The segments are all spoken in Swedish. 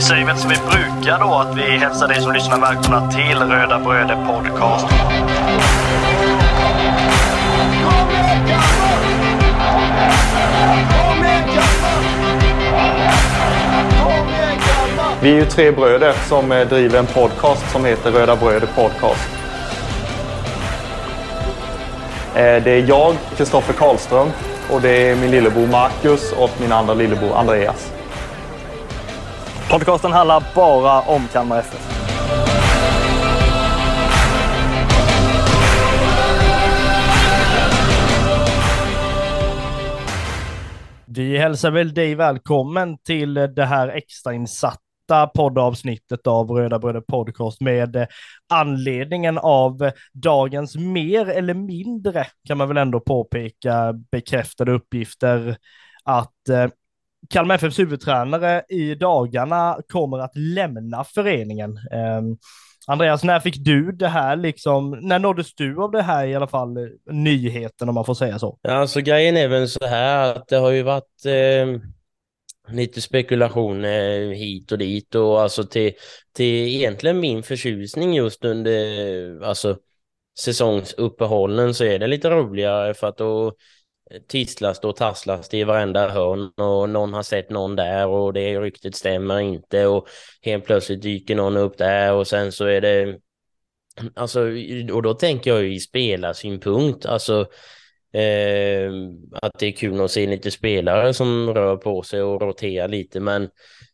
Vi säger väl som vi brukar då, att vi hälsar dig som lyssnar välkomna till Röda Bröder Podcast. Vi är ju 3 bröder som driver en podcast som heter Röda Bröder Podcast. Det är jag, Kristoffer Karlström, och det är min lillebror Marcus och min andra lillebror Andreas. Podcasten handlar bara om Kalmar FF. Vi hälsar väl dig välkommen till det här extrainsatta poddavsnittet av Röda Bröder Podcast med anledningen av dagens mer eller mindre, kan man väl ändå påpeka, bekräftade uppgifter att Kalmar FFs huvudtränare i dagarna kommer att lämna föreningen. Andreas, när fick du det här liksom, när nåddes du av det här i alla fall, nyheten om man får säga så? Ja, alltså grejen är väl så här att det har ju varit lite spekulation hit och dit och alltså till egentligen min förtjusning just under alltså säsongsuppehållen så är det lite roligare för att då tisslas och tasslas det i varenda hörn och någon har sett någon där och det ryktet stämmer inte och helt plötsligt dyker någon upp där och sen så är det alltså, och då tänker jag ju i spelarsynpunkt alltså att det är kul att se lite spelare som rör på sig och roterar lite men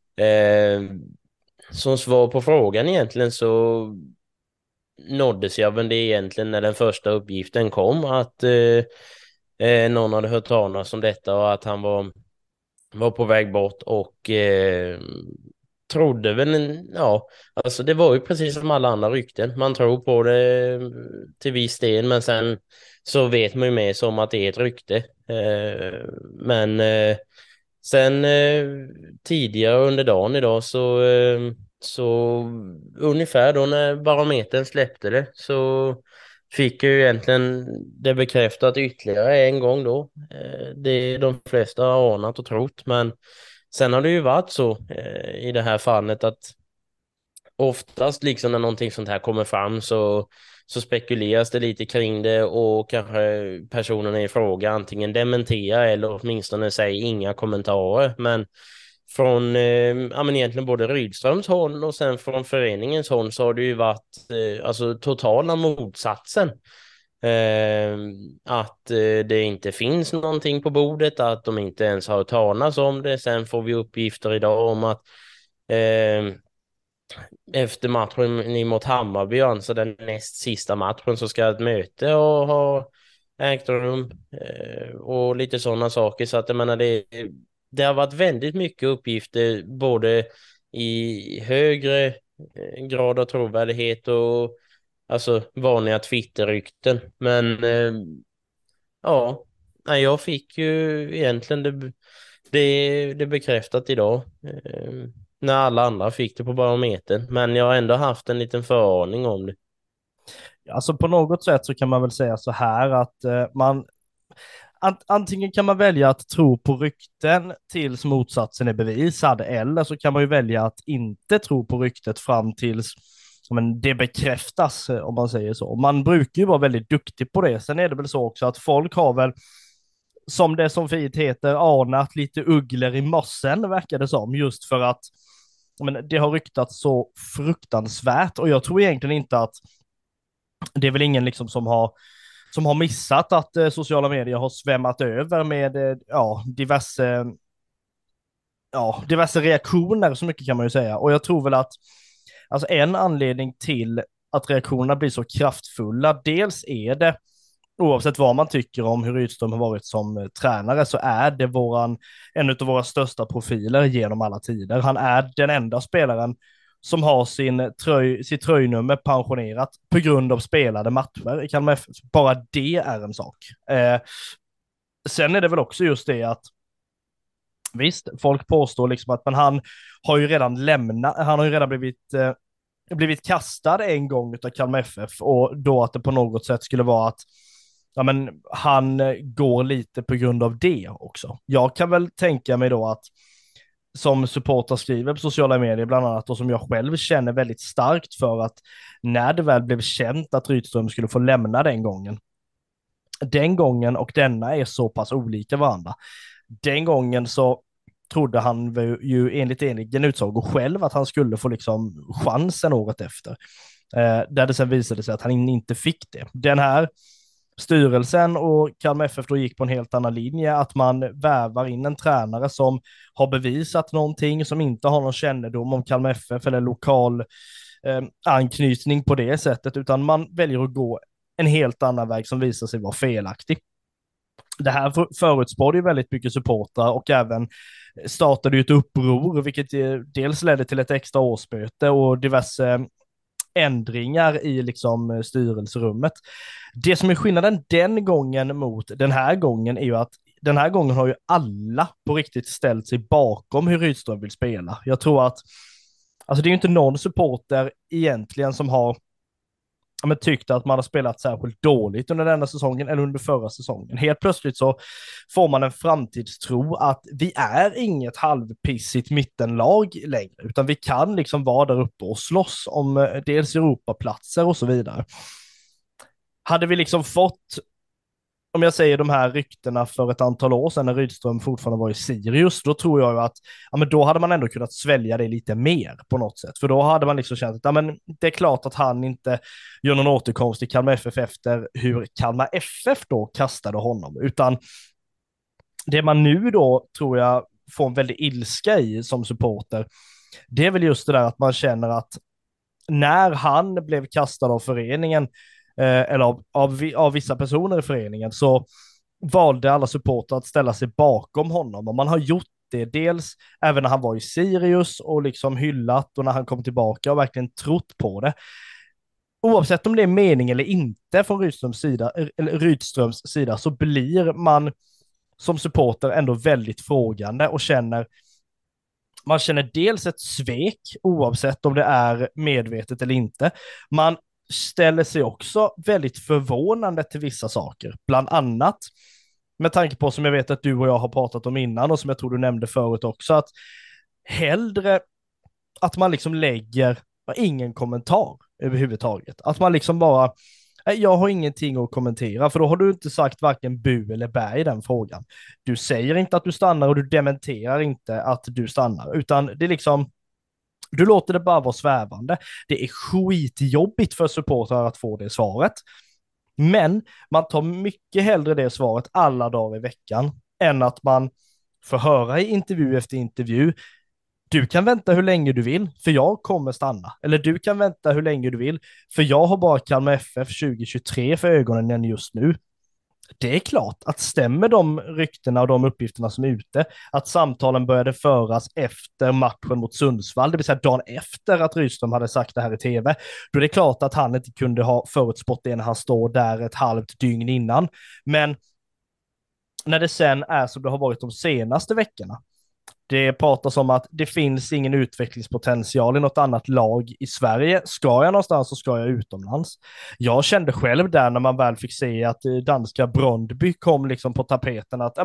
som svar på frågan egentligen så nåddes jag väl det egentligen när den första uppgiften kom att någon hade hört talas om detta och att han var på väg bort och trodde väl, ja, alltså det var ju precis som alla andra rykten. Man tror på det till viss del men sen så vet man ju med som att det är ett rykte. Men sen tidigare under dagen idag så ungefär då när barometern släppte det så fick jag ju egentligen det bekräftat ytterligare en gång då. Det de flesta har anat och trott men sen har det ju varit så i det här fallet att oftast liksom när någonting sånt här kommer fram så spekuleras det lite kring det och kanske personerna i fråga antingen dementerar eller åtminstone säger inga kommentarer men från ja, men egentligen både Rydströms håll och sen från föreningens håll så har det ju varit alltså totala motsatsen. Att det inte finns någonting på bordet, att de inte ens har talas om det. Sen får vi uppgifter idag om att efter matchen mot Hammarby, alltså den näst sista matchen, så ska ett möte ha ägt rum och lite sådana saker. Så att jag menar, det har varit väldigt mycket uppgifter både i högre grad av trovärdighet och alltså vanliga Twitter-rykten. Men ja, jag fick ju egentligen det bekräftat idag när alla andra fick det på barometern. Men jag har ändå haft en liten föraning om det. Alltså på något sätt så kan man väl säga så här att antingen kan man välja att tro på rykten tills motsatsen är bevisad, eller så kan man ju välja att inte tro på ryktet fram tills det bekräftas, om man säger så. Man brukar ju vara väldigt duktig på det. Sen är det väl så också att folk har väl, som det som fint heter, anat lite ugglor i mossen, verkar det som, just för att det har ryktats så fruktansvärt. Och jag tror egentligen inte att det är väl ingen liksom som har missat att sociala medier har svämmat över med diverse reaktioner, så mycket kan man ju säga. Och jag tror väl att alltså en anledning till att reaktionerna blir så kraftfulla, dels är det, oavsett vad man tycker om hur Rydström har varit som tränare, så är det en av våra största profiler genom alla tider. Han är den enda spelaren som har sitt tröjnummer pensionerat på grund av spelade matcher i Kalmar FF. Bara det är en sak. Sen är det väl också just det att visst, folk påstår liksom att han har ju redan blivit kastad en gång av Kalmar FF, och då att det på något sätt skulle vara att han går lite på grund av det också. Jag kan väl tänka mig då att som supportrar skriver på sociala medier bland annat, och som jag själv känner väldigt starkt för, att när det väl blev känt att Rydström skulle få lämna den gången och denna är så pass olika varandra. Den gången så trodde han ju enligt egen utsago själv att han skulle få liksom chansen året efter. Där det sen visade sig att han inte fick det. Den här styrelsen och Kalmar FF då gick på en helt annan linje, att man värvar in en tränare som har bevisat någonting, som inte har någon kännedom om Kalmar FF eller lokal anknytning på det sättet, utan man väljer att gå en helt annan väg som visar sig vara felaktig. Det här förutspådde ju väldigt mycket supportrar och även startade ju ett uppror, vilket dels ledde till ett extra årsböte och diverse ändringar i liksom styrelserummet. Det som är skillnaden den gången mot den här gången är ju att den här gången har ju alla på riktigt ställt sig bakom hur Rydström vill spela. Jag tror att, alltså det är ju inte någon supporter egentligen som har tyckte att man har spelat särskilt dåligt under denna säsongen eller under förra säsongen. Helt plötsligt så får man en framtidstro att vi är inget halvpissigt mittenlag längre, utan vi kan liksom vara där uppe och slåss om dels Europaplatser och så vidare. Hade vi liksom fått, om jag säger de här ryktena för ett antal år sedan när Rydström fortfarande var i Sirius, då tror jag ju att men då hade man ändå kunnat svälja det lite mer på något sätt. För då hade man liksom känt att men det är klart att han inte gör någon återkomst i Kalmar FF efter hur Kalmar FF då kastade honom. Utan det man nu då tror jag får en väldigt ilska i som supporter, det är väl just det där att man känner att när han blev kastad av föreningen eller av vissa personer i föreningen, så valde alla supportrar att ställa sig bakom honom, och man har gjort det dels även när han var i Sirius och liksom hyllat, och när han kom tillbaka och verkligen trott på det. Oavsett om det är mening eller inte från Rydströms sida så blir man som supporter ändå väldigt frågande och man känner dels ett svek oavsett om det är medvetet eller inte. Man ställer sig också väldigt förvånande till vissa saker. Bland annat med tanke på, som jag vet att du och jag har pratat om innan och som jag tror du nämnde förut också, att hellre att man liksom lägger ingen kommentar överhuvudtaget. Att man liksom bara, jag har ingenting att kommentera, för då har du inte sagt varken bu eller bä i den frågan. Du säger inte att du stannar och du dementerar inte att du stannar, utan det är liksom, du låter det bara vara svävande. Det är skitjobbigt för supportrar att få det svaret. Men man tar mycket hellre det svaret alla dagar i veckan än att man får höra i intervju efter intervju: du kan vänta hur länge du vill, för jag kommer stanna. Eller du kan vänta hur länge du vill, för jag har bara Kalmar FF 2023 för ögonen just nu. Det är klart att stämmer de ryktena och de uppgifterna som är ute, att samtalen började föras efter matchen mot Sundsvall, det vill säga dagen efter att Rydström hade sagt det här i tv, då är det klart att han inte kunde ha förutspått det när han står där ett halvt dygn innan. Men när det sen är som det har varit de senaste veckorna, det pratas om att det finns ingen utvecklingspotential i något annat lag i Sverige. Ska jag någonstans så ska jag utomlands. Jag kände själv där när man väl fick se att danska Brondby kom liksom på tapeten att,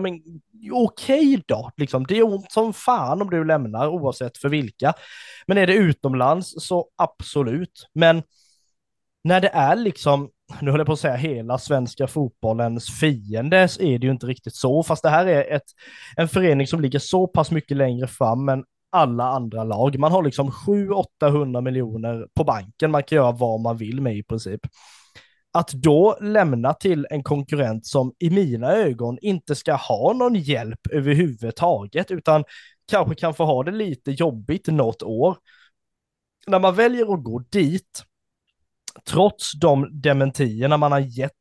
okej då, liksom, det är ont som fan om du lämnar oavsett för vilka. Men är det utomlands så absolut. Men när det är liksom, nu håller jag på att säga hela svenska fotbollens fiende, så är det ju inte riktigt så. Fast det här är en förening som ligger så pass mycket längre fram än alla andra lag. Man har liksom 700-800 miljoner på banken. Man kan göra vad man vill med i princip. Att då lämna till en konkurrent som i mina ögon inte ska ha någon hjälp överhuvudtaget, utan kanske kan få ha det lite jobbigt något år. När man väljer att gå dit, trots de dementierna man har gett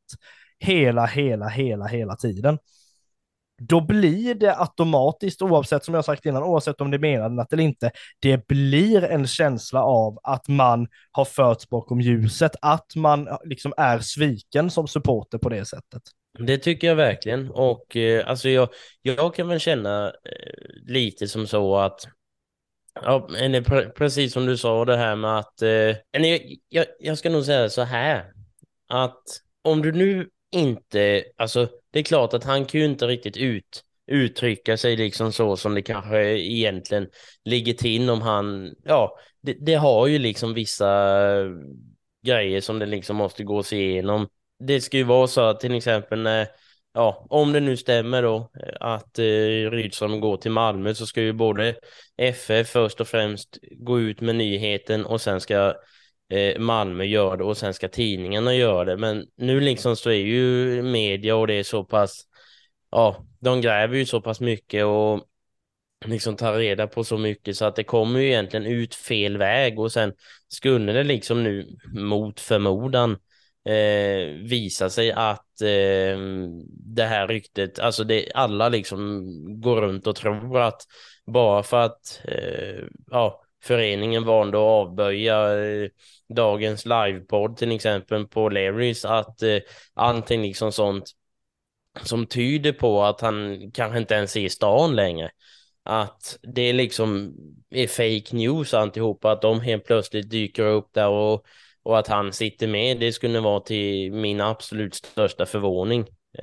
hela tiden, då blir det automatiskt, oavsett som jag sagt innan, oavsett om det menar något eller inte, det blir en känsla av att man har förts bakom ljuset, att man liksom är sviken som supporter på det sättet. Det tycker jag verkligen, och alltså jag kan väl känna lite som så att, ja, precis som du sa det här med att jag ska nog säga så här, att om du nu inte, alltså det är klart att han kan ju inte riktigt uttrycka sig liksom så som det kanske egentligen ligger till om han, ja, det har ju liksom vissa grejer som det liksom måste gås igenom. Det ska ju vara så att till exempel när, ja, om det nu stämmer då att Rydström går till Malmö, så ska ju både FF först och främst gå ut med nyheten och sen ska Malmö göra det och sen ska tidningarna göra det. Men nu liksom så är ju media och det är så pass, ja, de gräver ju så pass mycket och liksom tar reda på så mycket så att det kommer ju egentligen ut fel väg, och sen skulle det liksom nu mot förmodan visa sig att det här ryktet, alltså det, alla liksom går runt och tror att bara för att ja, föreningen valde att avböja dagens livepodd till exempel på Larrys, att allting liksom sånt som tyder på att han kanske inte ens är i stan längre, att det liksom är fake news alltihopa, att de helt plötsligt dyker upp där och att han sitter med, det skulle vara till min absolut största förvåning.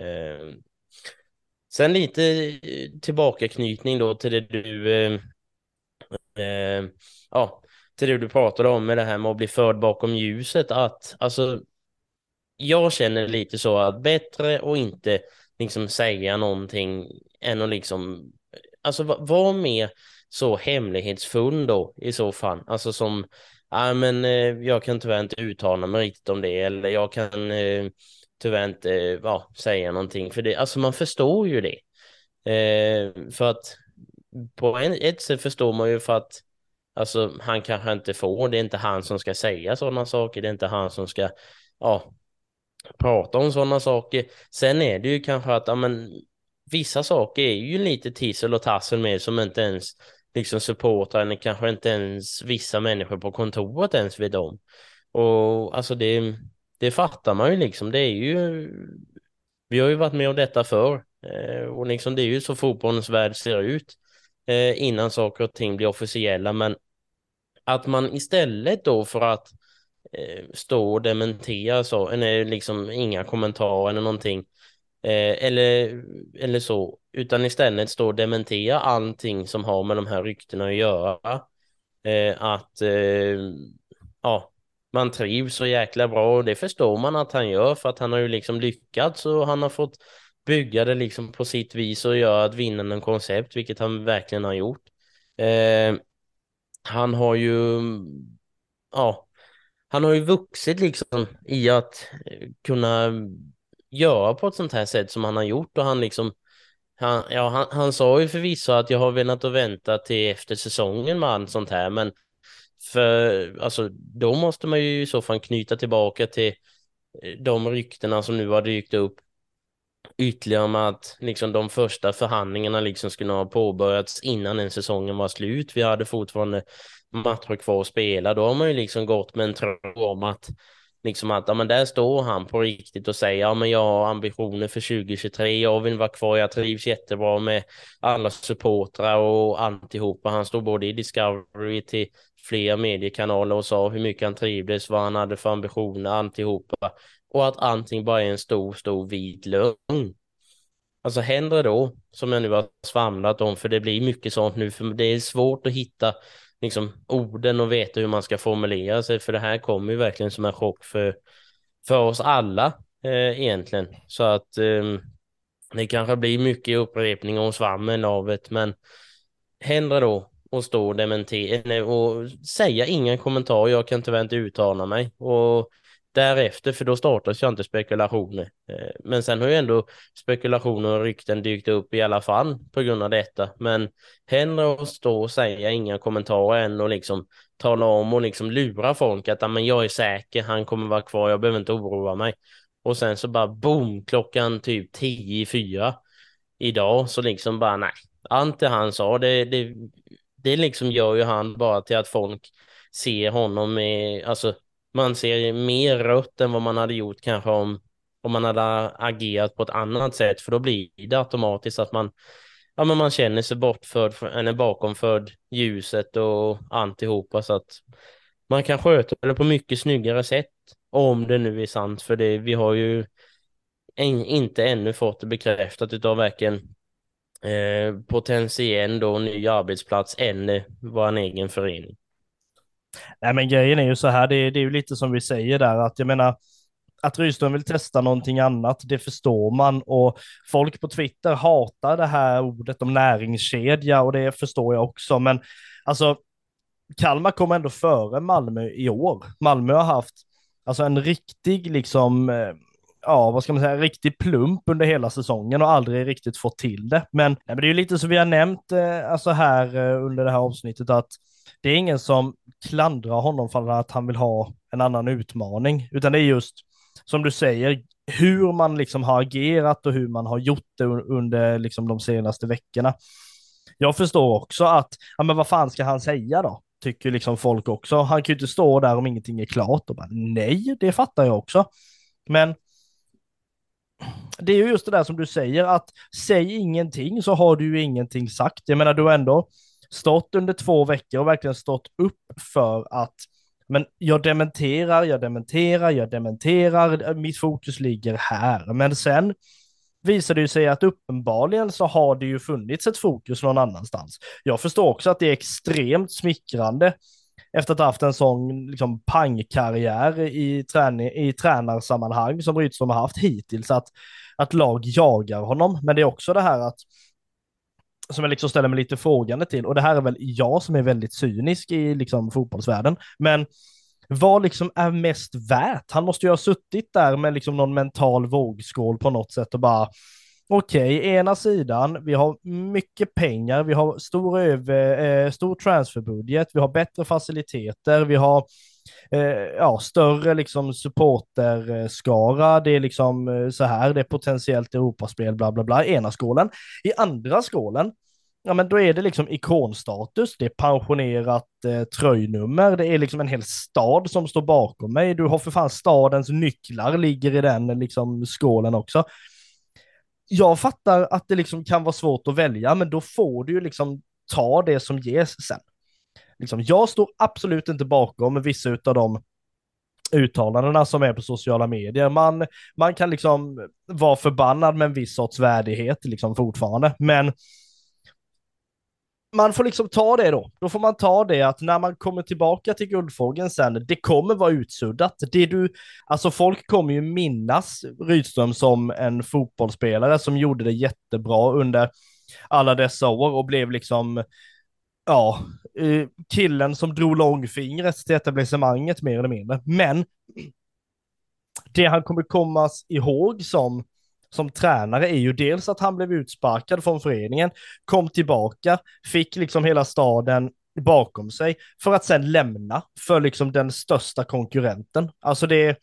Sen lite tillbakaknytning då till det du ja, till det du pratade om med det här med att bli förd bakom ljuset, att alltså jag känner lite så att bättre och inte liksom säga någonting än att liksom, alltså var mer så hemlighetsfull då i så fall, alltså som, ja men jag kan tyvärr inte uttala mig riktigt om det, eller jag kan tyvärr inte säga någonting, för det, alltså man förstår ju det, för att på ett sätt förstår man ju, för att alltså han kanske inte får, det är inte han som ska säga sådana saker, det är inte han som ska, ja, prata om sådana saker. Sen är det ju kanske att, ja, men vissa saker är ju lite tissel och tassel med, som inte ens liksom supportrar, eller kanske inte ens vissa människor på kontoret ens vet om. Och alltså det fattar man ju liksom, det är ju, vi har ju varit med om detta förr, och liksom det är ju så fotbollens värld ser ut innan saker och ting blir officiella, men att man istället då för att stå och dementera så, eller liksom inga kommentarer eller någonting, eller så, utan istället stå och dementera allting som har med de här ryktena att göra, att ja, man trivs så jäkla bra, och det förstår man att han gör, för att han har ju liksom lyckats och han har fått bygga det liksom på sitt vis och göra ett vinnande koncept, vilket han verkligen har gjort. Han har ju, ja, han har ju vuxit liksom i att kunna göra på ett sånt här sätt som han har gjort, och han liksom, han sa ju förvisso att jag har velat att vänta till efter säsongen med allt sånt här, men för alltså då måste man ju i så fall knyta tillbaka till de ryktena som nu har dykt upp ytterligare, om att liksom de första förhandlingarna liksom skulle ha påbörjats innan en säsongen var slut. Vi hade fortfarande matcher kvar att spela. Då har man ju liksom gått med en tro om att liksom att, ja, men där står han på riktigt och säger, ja men jag har ambitioner för 2023, jag vill vara kvar, jag trivs jättebra med alla supportrar och alltihopa. Han stod både i Discovery till flera mediekanaler och sa hur mycket han trivdes, vad han hade för ambitioner, alltihopa. Och att allting bara är en stor vit lögn. Alltså händer då, som jag nu har svamlat om, för det blir mycket sånt nu, för det är svårt att hitta liksom orden och veta hur man ska formulera sig, för det här kommer ju verkligen som en chock för oss alla egentligen. Så att det kanske blir mycket upprepning och svammel av det, men händer då och stå och dementera och säga inga kommentarer, jag kan tyvärr inte uttala mig, och därefter, för då startas ju inte spekulationer. Men sen har ju ändå spekulationer och rykten dykt upp i alla fall på grund av detta. Men händer att stå och säga inga kommentarer än och liksom tala om och liksom lura folk att men jag är säker, han kommer vara kvar, jag behöver inte oroa mig. Och sen så bara boom, klockan typ 10:04 idag, så liksom bara nej. Allt det han sa, det liksom gör ju han bara till att folk ser honom med, alltså man ser mer rött än vad man hade gjort kanske om man hade agerat på ett annat sätt, för då blir det automatiskt att man, ja, men man känner sig bortförd eller bakomförd ljuset och alltihopa, så att man kan sköta det på mycket snyggare sätt om det nu är sant, för det, vi har ju inte ännu fått det bekräftat utav varken potentiell då ny arbetsplats eller vara en egen förening. Nej, men grejen är ju så här, det är ju lite som vi säger där, att jag menar, att Rydström vill testa någonting annat, det förstår man, och folk på Twitter hatar det här ordet om näringskedja, och det förstår jag också, men alltså Kalmar kommer ändå före Malmö i år. Malmö har haft alltså en riktig liksom, ja vad ska man säga, en riktig plump under hela säsongen och aldrig riktigt fått till det. Men, nej, men det är ju lite som vi har nämnt alltså här under det här avsnittet, att det är ingen som klandrar honom för att han vill ha en annan utmaning, utan det är just som du säger, hur man liksom har agerat och hur man har gjort det under liksom de senaste veckorna. Jag förstår också att, ja men vad fan ska han säga då? Tycker liksom folk också. Han kan ju inte stå där om ingenting är klart och bara nej, det fattar jag också. Men det är ju just det där som du säger, att säg ingenting så har du ju ingenting sagt. Jag menar, du har ändå stått under 2 veckor och verkligen stått upp för att men jag dementerar, mitt fokus ligger här. Men sen visar det ju sig att uppenbarligen så har det ju funnits ett fokus någon annanstans. Jag förstår också att det är extremt smickrande efter att ha haft en sån liksom pangkarriär i tränarsammanhang som Rydström har haft hittills, att lag jagar honom. Men det är också det här att som jag liksom ställer mig lite frågande till, och det här är väl jag som är väldigt cynisk i liksom fotbollsvärlden, men vad liksom är mest värt? Han måste ju ha suttit där med liksom någon mental vågskål på något sätt och bara okej, ena sidan, vi har mycket pengar, vi har stor transferbudget, vi har bättre faciliteter, vi har större liksom supporterskara, det är liksom så här, det är potentiellt Europaspel, bla bla bla, ena skålen. I andra skålen, ja men då är det liksom ikonstatus, det är pensionerat tröjnummer, det är liksom en hel stad som står bakom mig, du har för fan stadens nycklar ligger i den liksom skålen också. Jag fattar att det liksom kan vara svårt att välja, men då får du ju liksom ta det som ges sen. Liksom, jag står absolut inte bakom vissa av de uttalandena som är på sociala medier. Man kan liksom vara förbannad med en viss sorts värdighet liksom fortfarande, men man får liksom ta det då. Då får man ta det att när man kommer tillbaka till Guldfågeln sen, det kommer vara utsuddat. Alltså folk kommer ju minnas Rydström som en fotbollsspelare som gjorde det jättebra under alla dessa år och blev liksom, ja, killen som drog långfingret till etablissemanget mer eller mindre. Men det han kommer komma ihåg som tränare är ju dels att han blev utsparkad från föreningen, kom tillbaka, fick liksom hela staden bakom sig för att sen lämna för liksom den största konkurrenten. Alltså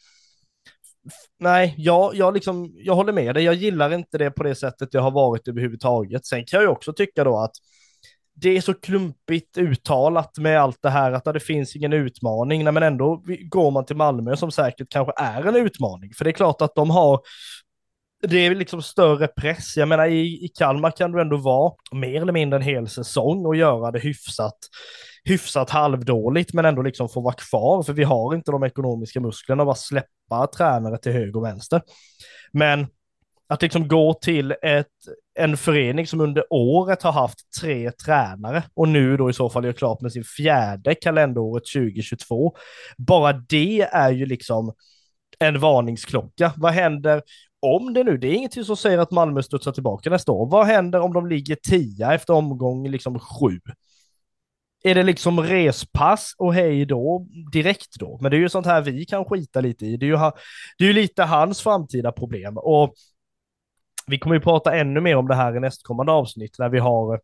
nej, jag håller med dig. Jag gillar inte det på det sättet det har varit överhuvudtaget. Sen kan jag ju också tycka då att det är så klumpigt uttalat med allt det här att det finns ingen utmaning, nej, men ändå går man till Malmö som säkert kanske är en utmaning, för det är klart att det är liksom större press. Jag menar i Kalmar kan du ändå vara mer eller mindre en hel säsong och göra det hyfsat halvdåligt, men ändå liksom få vara kvar, för vi har inte de ekonomiska musklerna att bara släppa tränare till höger och vänster. Men att liksom gå till en förening som under året har haft 3 tränare och nu då i så fall är klart med sin 4:e kalenderåret 2022. Bara det är ju liksom en varningsklocka. Vad händer om det nu? Det är ingenting som säger att Malmö studsar tillbaka nästa år. Vad händer om de ligger 10 efter omgång liksom 7? Är det liksom respass och hej då direkt då? Men det är ju sånt här vi kan skita lite i. Det är ju lite hans framtida problem, och vi kommer ju prata ännu mer om det här i nästkommande avsnitt när vi har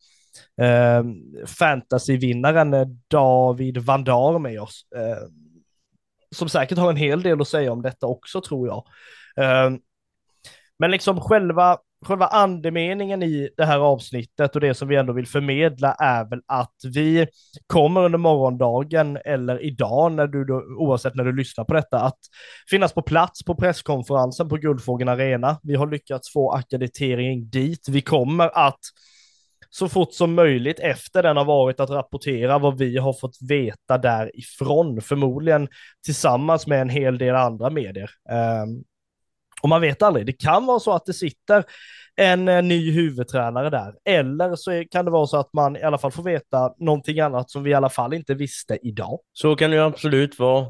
fantasyvinnaren David Vandar med oss. Som säkert har en hel del att säga om detta också, tror jag. Men liksom själva andemeningen i det här avsnittet och det som vi ändå vill förmedla är väl att vi kommer under morgondagen eller idag, oavsett när du lyssnar på detta, att finnas på plats på presskonferensen på Guldfågeln Arena. Vi har lyckats få akkreditering dit. Vi kommer att så fort som möjligt efter den har varit att rapportera vad vi har fått veta därifrån, förmodligen tillsammans med en hel del andra medier. Och man vet aldrig, det kan vara så att det sitter en ny huvudtränare där. Eller så kan det vara så att man i alla fall får veta någonting annat som vi i alla fall inte visste idag. Så kan det ju absolut vara.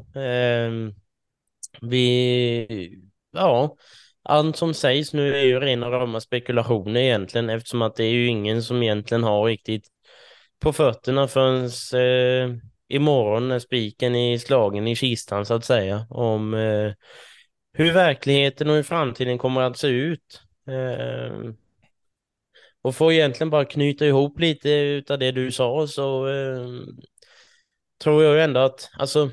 Ja, allt som sägs nu är ju rena rama spekulationer egentligen, eftersom att det är ju ingen som egentligen har riktigt på fötterna förrän imorgon när spiken är slagen i kistan så att säga, om hur verkligheten och hur framtiden kommer att se ut. Och får egentligen bara knyta ihop lite utav det du sa, så tror jag ju ändå att alltså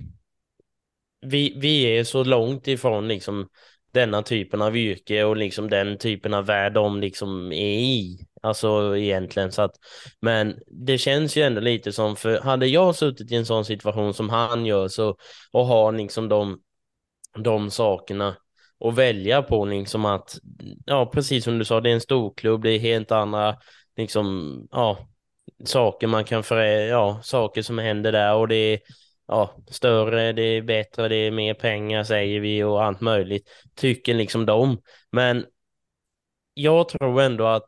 vi är så långt ifrån liksom denna typen av yrke och liksom den typen av värld de liksom är i. Alltså egentligen så att, men det känns ju ändå lite som, för hade jag suttit i en sån situation som han gör så, och har liksom de sakerna och välja på, liksom att, ja precis som du sa, det är en stor klubb, det är helt andra liksom, ja, saker man kan ja, saker som händer där, och det är ja, större, det är bättre, det är mer pengar säger vi och allt möjligt, tycker liksom de. Men jag tror ändå att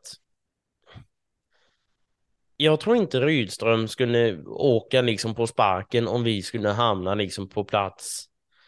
jag tror inte Rydström skulle åka liksom på sparken om vi skulle hamna liksom på plats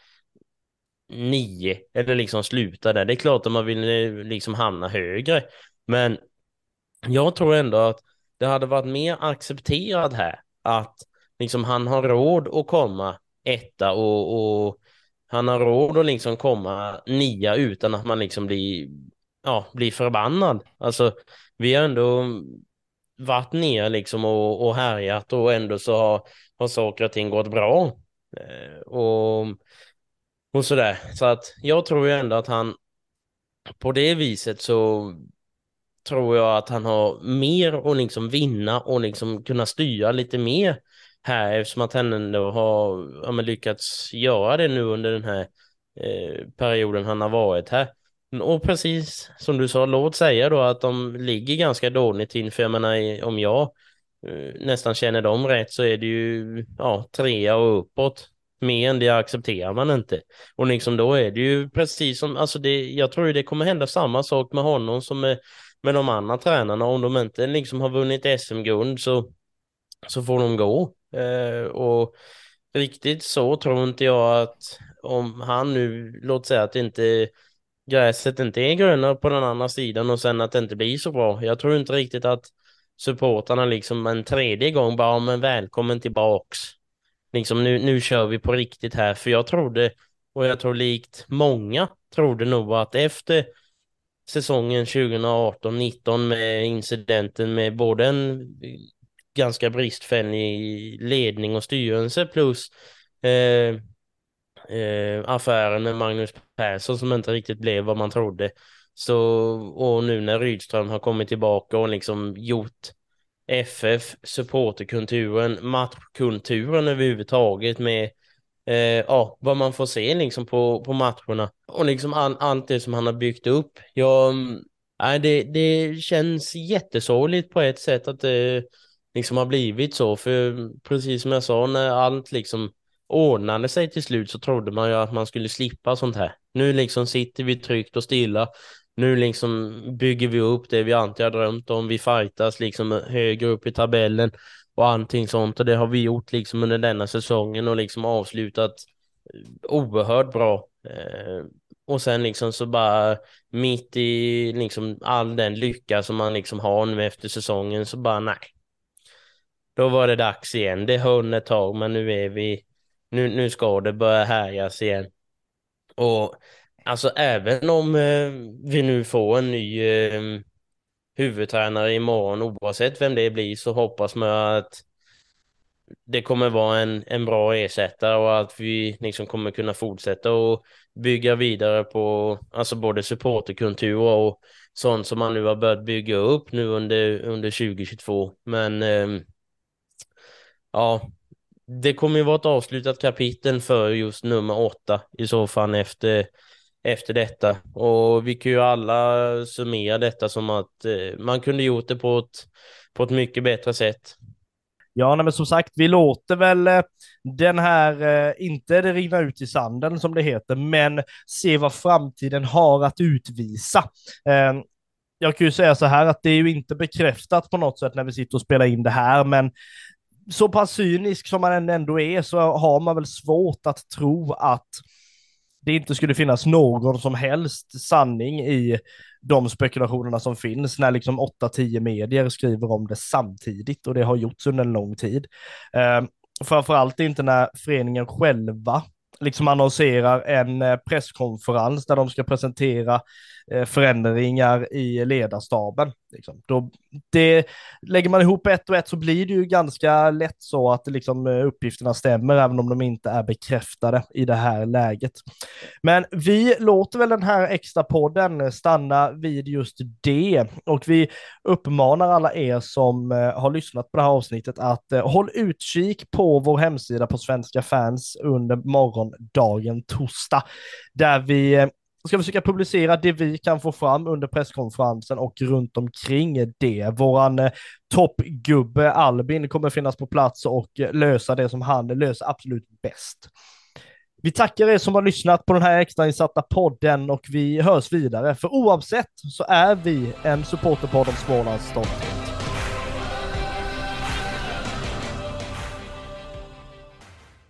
9 eller liksom sluta där. Det är klart att man vill liksom hamna högre, men jag tror ändå att det hade varit mer accepterat här att liksom han har råd att komma etta, och han har råd att liksom komma 9 utan att man liksom blir förbannad. Alltså vi har ändå varit ner liksom och härjat, och ändå så har saker och ting gått bra. Och sådär. Så att jag tror ju ändå att han på det viset så tror jag att han har mer att liksom vinna och liksom kunna styra lite mer här, eftersom att han ändå har lyckats göra det nu under den här perioden han har varit här. Och precis som du sa, låt säga då att de ligger ganska dåligt till, för jag menar, om jag nästan känner dem rätt så är det ju 3 och uppåt. Mer än det accepterar man inte. Och liksom då är det ju precis som, alltså jag tror ju det kommer hända samma sak med honom som med de andra tränarna. Om de inte liksom har vunnit SM-guld så får de gå. Och riktigt så tror inte jag att, om han nu, låt säga att inte gräset inte är grönare på den andra sidan och sen att det inte blir så bra. Jag tror inte riktigt att supportarna liksom en tredje gång bara, men välkommen tillbaks. Liksom nu kör vi på riktigt här, för jag trodde, och jag tror likt många trodde nog, att efter säsongen 2018-19 med incidenten med både en ganska bristfällig ledning och styrelse plus affären med Magnus Persson som inte riktigt blev vad man trodde. Så, och nu när Rydström har kommit tillbaka och liksom gjort FF, supporterkulturen, matchkulturen överhuvudtaget med vad man får se liksom på matcherna och liksom allt det som han har byggt upp. Det känns jättesorgligt på ett sätt att det liksom har blivit så, för precis som jag sa, när allt liksom ordnade sig till slut så trodde man ju att man skulle slippa sånt här. Nu liksom sitter vi tryggt och stilla. Nu liksom bygger vi upp det vi alltid har drömt om. Vi fightas liksom högre upp i tabellen och allting sånt. Och det har vi gjort liksom under denna säsongen och liksom avslutat oerhört bra. Och sen liksom så bara mitt i liksom all den lycka som man liksom har nu efter säsongen så bara nej. Då var det dags igen. Det höll ett tag, men nu ska det börja härjas igen. Och alltså även om vi nu får en ny huvudtränare imorgon, oavsett vem det blir, så hoppas man att det kommer vara en bra ersättare och att vi liksom kommer kunna fortsätta och bygga vidare på alltså både supporterkultur och sånt som man nu har börjat bygga upp nu under 2022. Men ja, det kommer ju vara ett avslutat kapitel för just nummer 8 i så fall efter detta. Och vi kan ju alla summera detta som att man kunde gjort det på ett mycket bättre sätt. Ja, nej, men som sagt, vi låter väl den här, inte det rinna ut i sanden som det heter, men se vad framtiden har att utvisa. jag kan ju säga så här att det är ju inte bekräftat på något sätt när vi sitter och spelar in det här, men så pass cynisk som man ändå är så har man väl svårt att tro att det inte skulle finnas någon som helst sanning i de spekulationerna som finns när liksom 8-10 medier skriver om det samtidigt, och det har gjorts under en lång tid. Framförallt inte när föreningen själva liksom annonserar en presskonferens där de ska presentera förändringar i ledarstaben. Liksom. Lägger man ihop ett och ett så blir det ju ganska lätt så att liksom, uppgifterna stämmer även om de inte är bekräftade i det här läget. Men vi låter väl den här extra podden stanna vid just det, och vi uppmanar alla er som har lyssnat på det här avsnittet att håll utkik på vår hemsida på Svenska Fans under morgondagen torsdag, där vi ska försöka publicera det vi kan få fram under presskonferensen och runt omkring det. Våran toppgubbe Albin kommer finnas på plats och lösa det som han löser absolut bäst. Vi tackar er som har lyssnat på den här extrainsatta podden, och vi hörs vidare. För oavsett så är vi en supporterpodd om Smålands stolthet.